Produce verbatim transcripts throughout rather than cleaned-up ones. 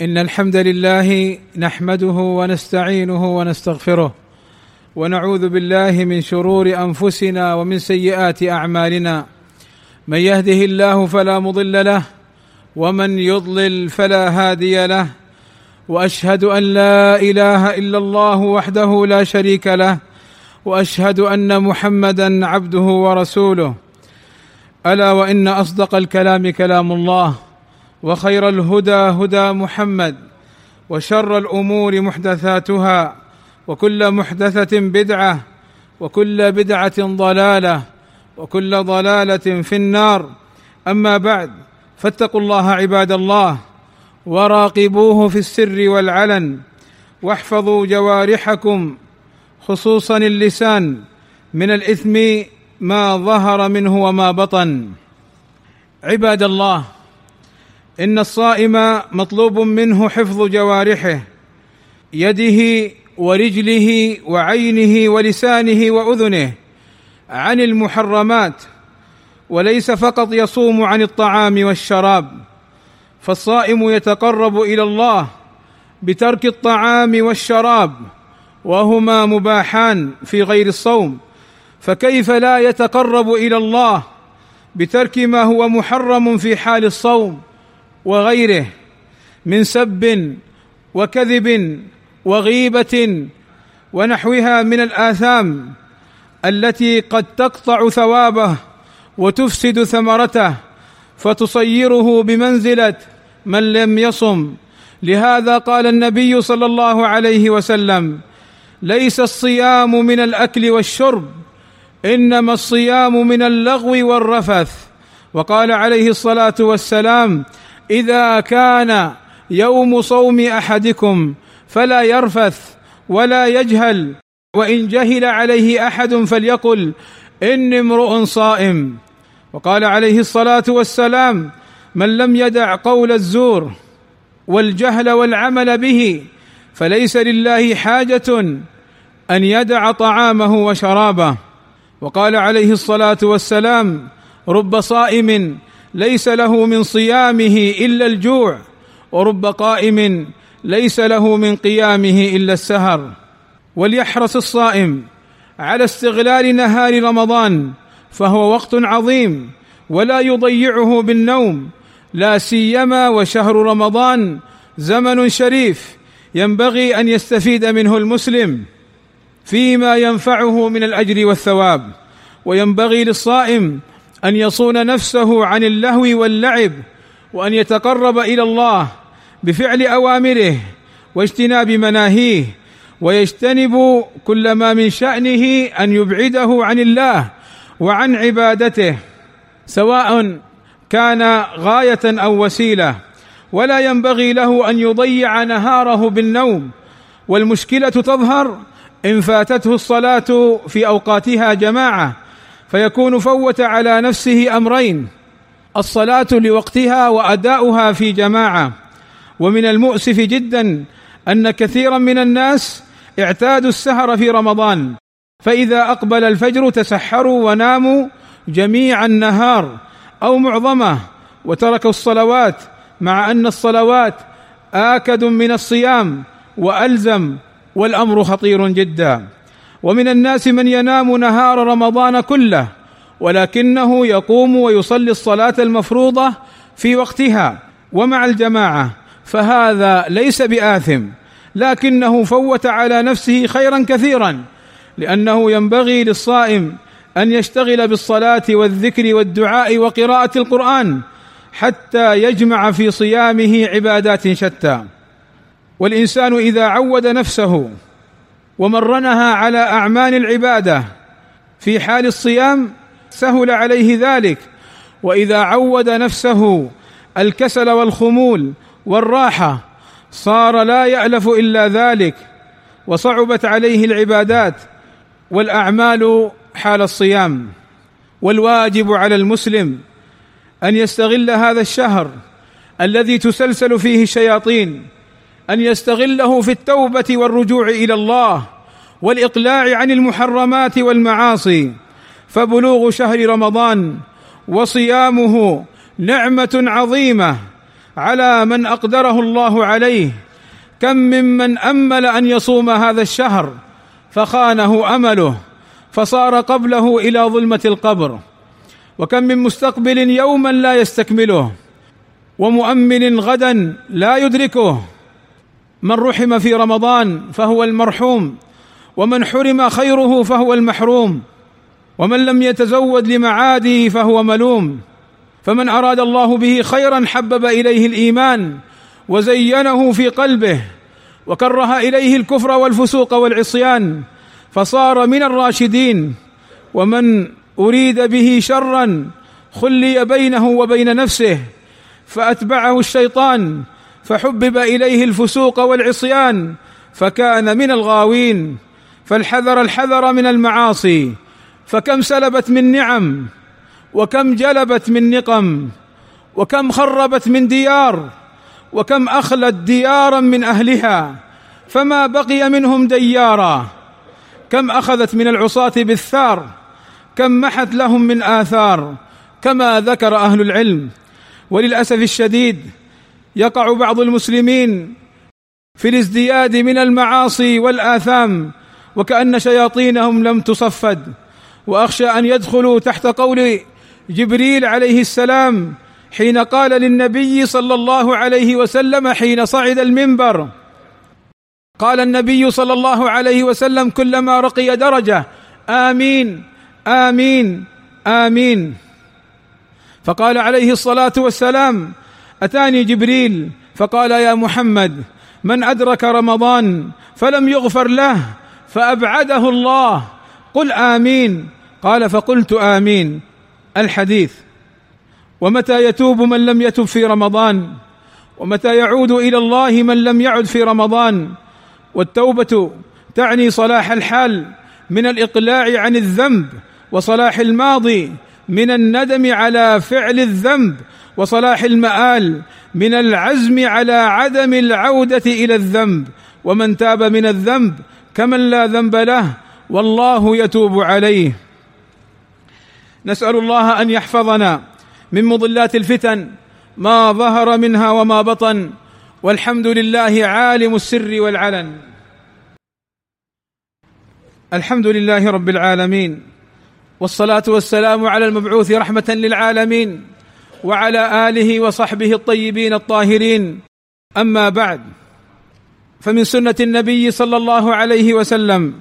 إن الحمد لله نحمده ونستعينه ونستغفره ونعوذ بالله من شرور أنفسنا ومن سيئات أعمالنا. من يهده الله فلا مضل له ومن يضلل فلا هادي له، وأشهد أن لا إله إلا الله وحده لا شريك له، وأشهد أن محمدا عبده ورسوله. ألا وإن أصدق الكلام كلام الله، وخير الهدى هدى محمد، وشر الأمور محدثاتها، وكل محدثة بدعة، وكل بدعة ضلالة، وكل ضلالة في النار. أما بعد، فاتقوا الله عباد الله، وراقبوه في السر والعلن، واحفظوا جوارحكم خصوصا اللسان من الإثم ما ظهر منه وما بطن. عباد الله، إن الصائم مطلوب منه حفظ جوارحه، يده ورجله وعينه ولسانه وأذنه عن المحرمات، وليس فقط يصوم عن الطعام والشراب، فالصائم يتقرب إلى الله بترك الطعام والشراب، وهما مباحان في غير الصوم، فكيف لا يتقرب إلى الله بترك ما هو محرم في حال الصوم وغيره من سب وكذب وغيبة ونحوها من الآثام التي قد تقطع ثوابه وتفسد ثمرته، فتصيره بمنزلة من لم يصم. لهذا قال النبي صلى الله عليه وسلم: ليس الصيام من الأكل والشرب، إنما الصيام من اللغو والرفث. وقال عليه الصلاة والسلام: إذا كان يوم صوم أحدكم فلا يرفث ولا يجهل، وإن جهل عليه أحد فليقل إني امرؤ صائم. وقال عليه الصلاة والسلام: من لم يدع قول الزور والجهل والعمل به فليس لله حاجة أن يدع طعامه وشرابه. وقال عليه الصلاة والسلام: رب صائم ليس له من صيامه إلا الجوع، ورب قائم ليس له من قيامه إلا السهر. وليحرص الصائم على استغلال نهار رمضان، فهو وقت عظيم ولا يضيعه بالنوم، لا سيما وشهر رمضان زمن شريف ينبغي أن يستفيد منه المسلم فيما ينفعه من الأجر والثواب. وينبغي للصائم أن يصون نفسه عن اللهو واللعب، وأن يتقرب إلى الله بفعل أوامره واجتناب مناهيه، ويجتنب كل ما من شأنه أن يبعده عن الله وعن عبادته، سواء كان غاية أو وسيلة. ولا ينبغي له أن يضيع نهاره بالنوم، والمشكلة تظهر إن فاتته الصلاة في أوقاتها جماعة، فيكون فوت على نفسه أمرين: الصلاة لوقتها وأداؤها في جماعة. ومن المؤسف جدا أن كثيرا من الناس اعتادوا السهر في رمضان، فإذا أقبل الفجر تسحروا وناموا جميع النهار أو معظمه، وتركوا الصلوات، مع أن الصلوات آكد من الصيام وألزم، والأمر خطير جدا. ومن الناس من ينام نهار رمضان كله، ولكنه يقوم ويصلي الصلاة المفروضة في وقتها ومع الجماعة، فهذا ليس بآثم، لكنه فوت على نفسه خيرا كثيرا، لأنه ينبغي للصائم أن يشتغل بالصلاة والذكر والدعاء وقراءة القرآن حتى يجمع في صيامه عبادات شتى. والإنسان إذا عود نفسه ومرنها على أعمال العبادة في حال الصيام سهل عليه ذلك، وإذا عود نفسه الكسل والخمول والراحة صار لا يألف إلا ذلك، وصعبت عليه العبادات والأعمال حال الصيام. والواجب على المسلم أن يستغل هذا الشهر الذي تسلسل فيه الشياطين، أن يستغله في التوبة والرجوع إلى الله والإقلاع عن المحرمات والمعاصي، فبلوغ شهر رمضان وصيامه نعمة عظيمة على من أقدره الله عليه. كم ممن أمل أن يصوم هذا الشهر فخانه أمله فصار قبله إلى ظلمة القبر، وكم من مستقبل يوما لا يستكمله ومؤمل غدا لا يدركه. من رحم في رمضان فهو المرحوم، ومن حرم خيره فهو المحروم، ومن لم يتزود لمعاده فهو ملوم. فمن أراد الله به خيرا حبب إليه الإيمان وزينه في قلبه وكره إليه الكفر والفسوق والعصيان فصار من الراشدين. ومن أريد به شرا خلي بينه وبين نفسه فأتبعه الشيطان فحبب إليه الفسوق والعصيان فكان من الغاوين. فالحذر الحذر من المعاصي، فكم سلبت من نعم، وكم جلبت من نقم، وكم خربت من ديار، وكم أخلت ديارا من أهلها فما بقي منهم ديارا. كم أخذت من العصاة بالثار، كم محت لهم من آثار، كما ذكر أهل العلم. وللأسف الشديد يقع بعض المسلمين في الازدياد من المعاصي والآثام وكأن شياطينهم لم تصفد. وأخشى أن يدخلوا تحت قول جبريل عليه السلام حين قال للنبي صلى الله عليه وسلم حين صعد المنبر، قال النبي صلى الله عليه وسلم كلما رقي درجة: آمين آمين آمين. فقال عليه الصلاة والسلام: أتاني جبريل فقال: يا محمد، من أدرك رمضان فلم يغفر له فأبعده الله، قل آمين. قال: فقلت آمين. الحديث. ومتى يتوب من لم يتب في رمضان؟ ومتى يعود إلى الله من لم يعد في رمضان؟ والتوبة تعني صلاح الحال من الإقلاع عن الذنب، وصلاح الماضي من الندم على فعل الذنب، وصلاح المآل من العزم على عدم العودة إلى الذنب. ومن تاب من الذنب كمن لا ذنب له، والله يتوب عليه. نسأل الله أن يحفظنا من مضلات الفتن ما ظهر منها وما بطن، والحمد لله عالم السر والعلن. الحمد لله رب العالمين، والصلاة والسلام على المبعوث رحمة للعالمين وعلى آله وصحبه الطيبين الطاهرين. أما بعد، فمن سنة النبي صلى الله عليه وسلم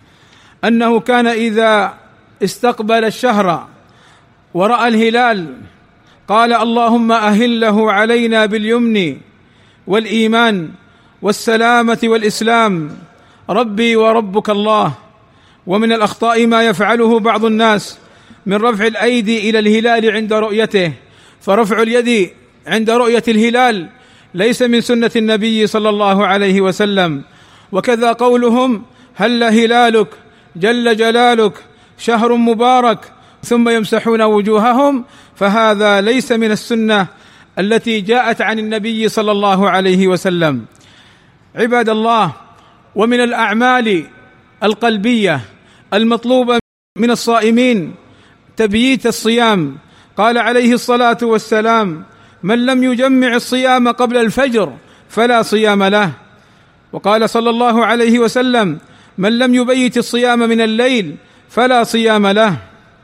أنه كان إذا استقبل الشهر ورأى الهلال قال: اللهم أهله علينا باليمن والإيمان والسلامة والإسلام، ربي وربك الله. ومن الأخطاء ما يفعله بعض الناس من رفع الأيدي إلى الهلال عند رؤيته، فرفع اليد عند رؤية الهلال ليس من سنة النبي صلى الله عليه وسلم. وكذا قولهم: هل هلالك جل جلالك شهر مبارك، ثم يمسحون وجوههم، فهذا ليس من السنة التي جاءت عن النبي صلى الله عليه وسلم. عباد الله، ومن الأعمال القلبية المطلوبة من الصائمين تبييت الصيام. قال عليه الصلاة والسلام: من لم يجمع الصيام قبل الفجر فلا صيام له. وقال صلى الله عليه وسلم: من لم يبيت الصيام من الليل فلا صيام له.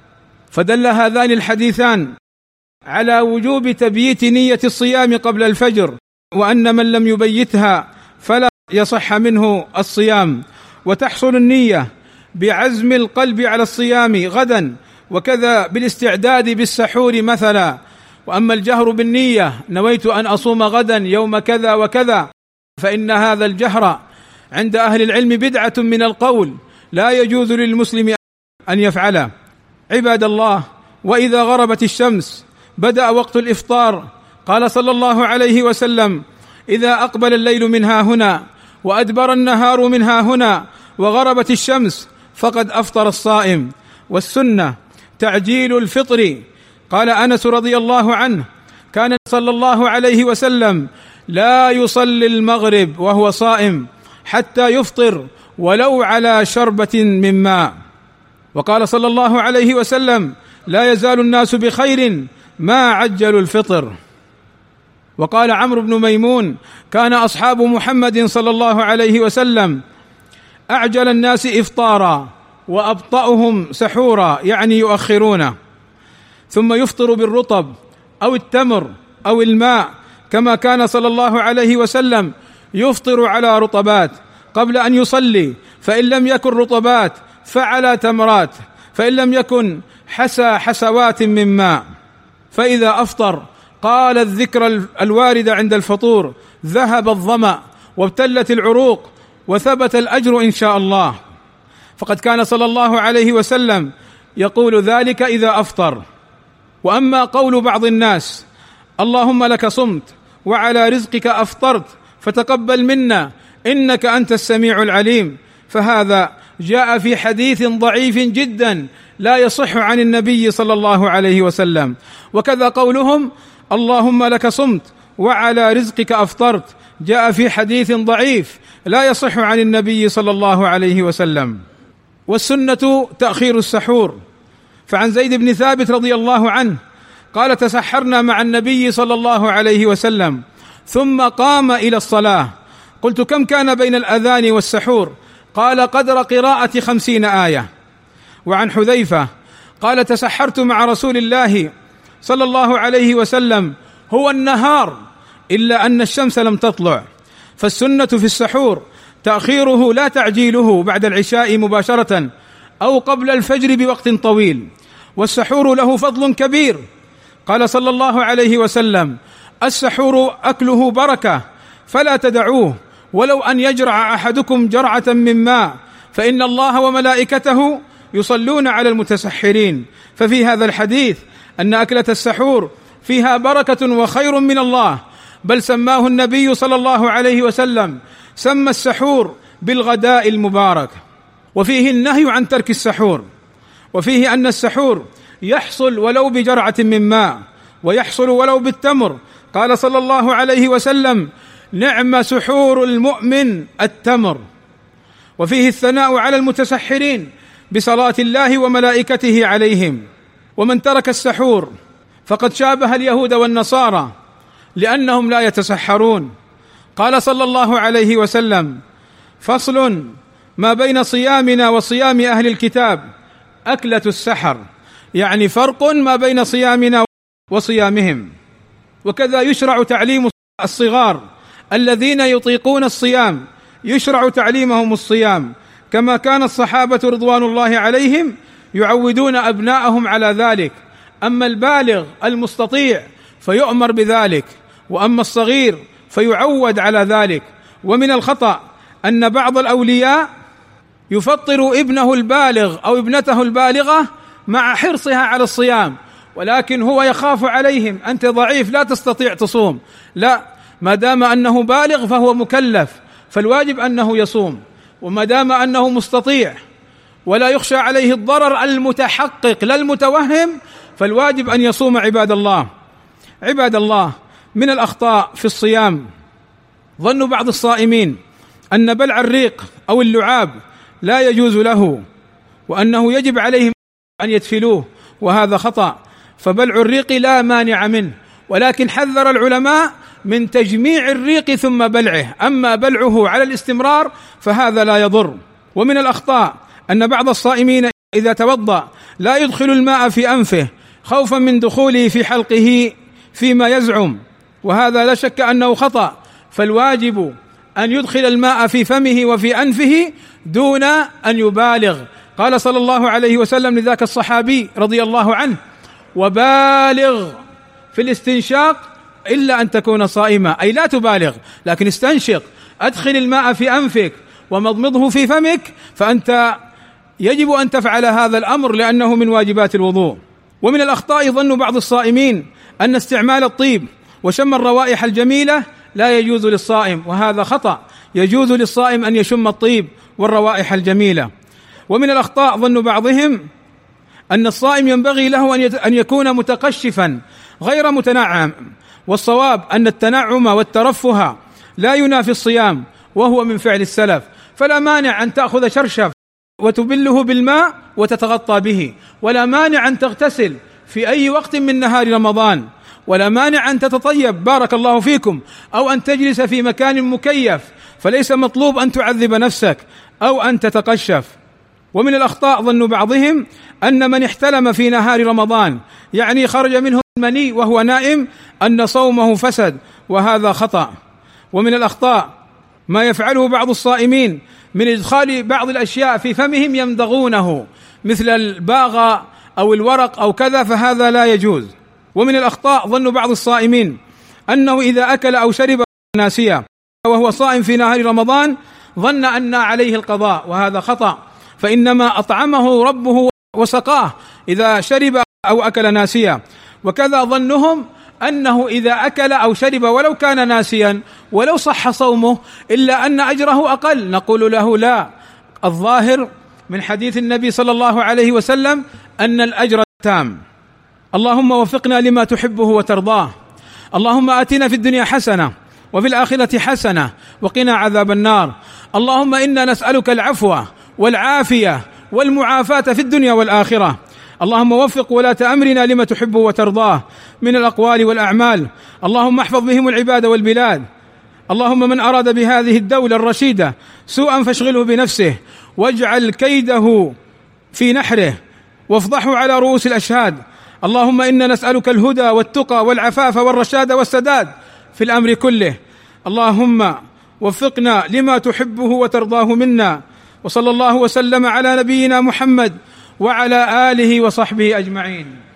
فدل هذان الحديثان على وجوب تبييت نية الصيام قبل الفجر، وأن من لم يبيتها فلا يصح منه الصيام. وتحصل النية بعزم القلب على الصيام غدا، وكذا بالاستعداد بالسحور مثلا. وأما الجهر بالنية: نويت أن أصوم غدا يوم كذا وكذا، فإن هذا الجهر عند أهل العلم بدعة من القول لا يجوز للمسلم أن يفعله. عباد الله، وإذا غربت الشمس بدأ وقت الإفطار. قال صلى الله عليه وسلم: إذا أقبل الليل من ها هنا وأدبر النهار من ها هنا وغربت الشمس فقد أفطر الصائم. والسنة تعجيل الفطر. قال أنس رضي الله عنه: كان صلى الله عليه وسلم لا يصلي المغرب وهو صائم حتى يفطر ولو على شربة من ماء. وقال صلى الله عليه وسلم: لا يزال الناس بخير ما عجلوا الفطر. وقال عمرو بن ميمون: كان أصحاب محمد صلى الله عليه وسلم أعجل الناس إفطارا وأبطأهم سحورا، يعني يؤخرونه، ثم يفطر بالرطب أو التمر أو الماء، كما كان صلى الله عليه وسلم يفطر على رطبات قبل أن يصلي، فإن لم يكن رطبات فعلى تمرات، فإن لم يكن حسى حسوات من ماء. فإذا أفطر قال الذكر الوارد عند الفطور: ذهب الظمأ وابتلت العروق وثبت الأجر إن شاء الله. فقد كان صلى الله عليه وسلم يقول ذلك إذا أفطر. وأما قول بعض الناس: اللهم لك صمت وعلى رزقك أفطرت فتقبل منا إنك أنت السميع العليم، فهذا جاء في حديث ضعيف جدا لا يصح عن النبي صلى الله عليه وسلم. وكذا قولهم: اللهم لك صمت وعلى رزقك أفطرت، جاء في حديث ضعيف لا يصح عن النبي صلى الله عليه وسلم. والسنة تأخير السحور، فعن زيد بن ثابت رضي الله عنه قال: تسحرنا مع النبي صلى الله عليه وسلم ثم قام إلى الصلاة، قلت: كم كان بين الأذان والسحور؟ قال: قدر قراءة خمسين آية. وعن حذيفة قال: تسحرت مع رسول الله صلى الله عليه وسلم هو النهار إلا أن الشمس لم تطلع. فالسنة في السحور تأخيره لا تعجيله بعد العشاء مباشرة أو قبل الفجر بوقت طويل، والسحور له فضل كبير. قال صلى الله عليه وسلم: السحور أكله بركة فلا تدعوه ولو أن يجرع أحدكم جرعة من ماء، فإن الله وملائكته يصلون على المتسحرين. ففي هذا الحديث أن أكلة السحور فيها بركة وخير من الله، بل سماه النبي صلى الله عليه وسلم، سمى السحور بالغداء المبارك. وفيه النهي عن ترك السحور، وفيه أن السحور يحصل ولو بجرعة من ماء، ويحصل ولو بالتمر. قال صلى الله عليه وسلم: نعم سحور المؤمن التمر. وفيه الثناء على المتسحرين بصلاة الله وملائكته عليهم. ومن ترك السحور فقد شابه اليهود والنصارى لأنهم لا يتسحرون. قال صلى الله عليه وسلم: فصل ما بين صيامنا وصيام أهل الكتاب أكلة السحر، يعني فرق ما بين صيامنا وصيامهم. وكذا يشرع تعليم الصغار الذين يطيقون الصيام، يشرع تعليمهم الصيام، كما كان الصحابة رضوان الله عليهم يعودون أبناءهم على ذلك. أما البالغ المستطيع فيؤمر بذلك، وأما الصغير فيعود على ذلك. ومن الخطأ أن بعض الأولياء يفطر ابنه البالغ أو ابنته البالغة مع حرصها على الصيام، ولكن هو يخاف عليهم: أنت ضعيف لا تستطيع تصوم. لا، ما دام أنه بالغ فهو مكلف، فالواجب أنه يصوم، وما دام أنه مستطيع ولا يخشى عليه الضرر المتحقق لا المتوهم فالواجب أن يصوم. عباد الله عباد الله من الأخطاء في الصيام ظن بعض الصائمين أن بلع الريق أو اللعاب لا يجوز له، وأنه يجب عليهم أن يدفلوه، وهذا خطأ. فبلع الريق لا مانع منه، ولكن حذر العلماء من تجميع الريق ثم بلعه، أما بلعه على الاستمرار فهذا لا يضر. ومن الأخطاء أن بعض الصائمين إذا توضأ لا يدخل الماء في أنفه خوفا من دخوله في حلقه فيما يزعم، وهذا لا شك أنه خطأ. فالواجب أن يدخل الماء في فمه وفي أنفه دون أن يبالغ. قال صلى الله عليه وسلم لذاك الصحابي رضي الله عنه: وبالغ في الاستنشاق إلا أن تكون صائما، أي لا تبالغ لكن استنشق، أدخل الماء في أنفك ومضمضه في فمك، فأنت يجب أن تفعل هذا الأمر لأنه من واجبات الوضوء. ومن الأخطاء ظن بعض الصائمين أن استعمال الطيب وشم الروائح الجميلة لا يجوز للصائم، وهذا خطأ. يجوز للصائم أن يشم الطيب والروائح الجميلة. ومن الأخطاء ظن بعضهم أن الصائم ينبغي له أن يكون متقشفا غير متنعم، والصواب أن التنعم والترفه لا ينافي الصيام، وهو من فعل السلف. فلا مانع أن تأخذ شرشف وتبله بالماء وتتغطى به، ولا مانع أن تغتسل في أي وقت من نهار رمضان، ولا مانع أن تتطيب بارك الله فيكم، أو أن تجلس في مكان مكيف، فليس مطلوب أن تعذب نفسك أو أن تتقشف. ومن الأخطاء ظن بعضهم أن من احتلم في نهار رمضان يعني خرج منه المني وهو نائم أن صومه فسد، وهذا خطأ. ومن الأخطاء ما يفعله بعض الصائمين من إدخال بعض الأشياء في فمهم يمضغونه مثل الباغة أو الورق أو كذا، فهذا لا يجوز. ومن الأخطاء ظن بعض الصائمين أنه إذا أكل أو شرب ناسيا وهو صائم في نهار رمضان ظن أن عليه القضاء، وهذا خطأ، فإنما أطعمه ربه وسقاه إذا شرب أو أكل ناسيا. وكذا ظنهم أنه إذا أكل أو شرب ولو كان ناسيا ولو صح صومه إلا أن أجره أقل، نقول له لا، الظاهر من حديث النبي صلى الله عليه وسلم أن الأجر تام. اللهم وفقنا لما تحبه وترضاه. اللهم آتنا في الدنيا حسنة وفي الآخرة حسنة وقنا عذاب النار. اللهم إنا نسألك العفو والعافية والمعافاة في الدنيا والآخرة. اللهم وفق ولاة أمرنا لما تحبه وترضاه من الأقوال والأعمال. اللهم احفظ بهم العباد والبلاد. اللهم من أراد بهذه الدولة الرشيدة سوءا فاشغله بنفسه واجعل كيده في نحره وافضحه على رؤوس الأشهاد. اللهم إنا نسألك الهدى والتقى والعفاف والرشاد والسداد في الأمر كله. اللهم وفقنا لما تحبه وترضاه منا. وصلى الله وسلم على نبينا محمد وعلى آله وصحبه أجمعين.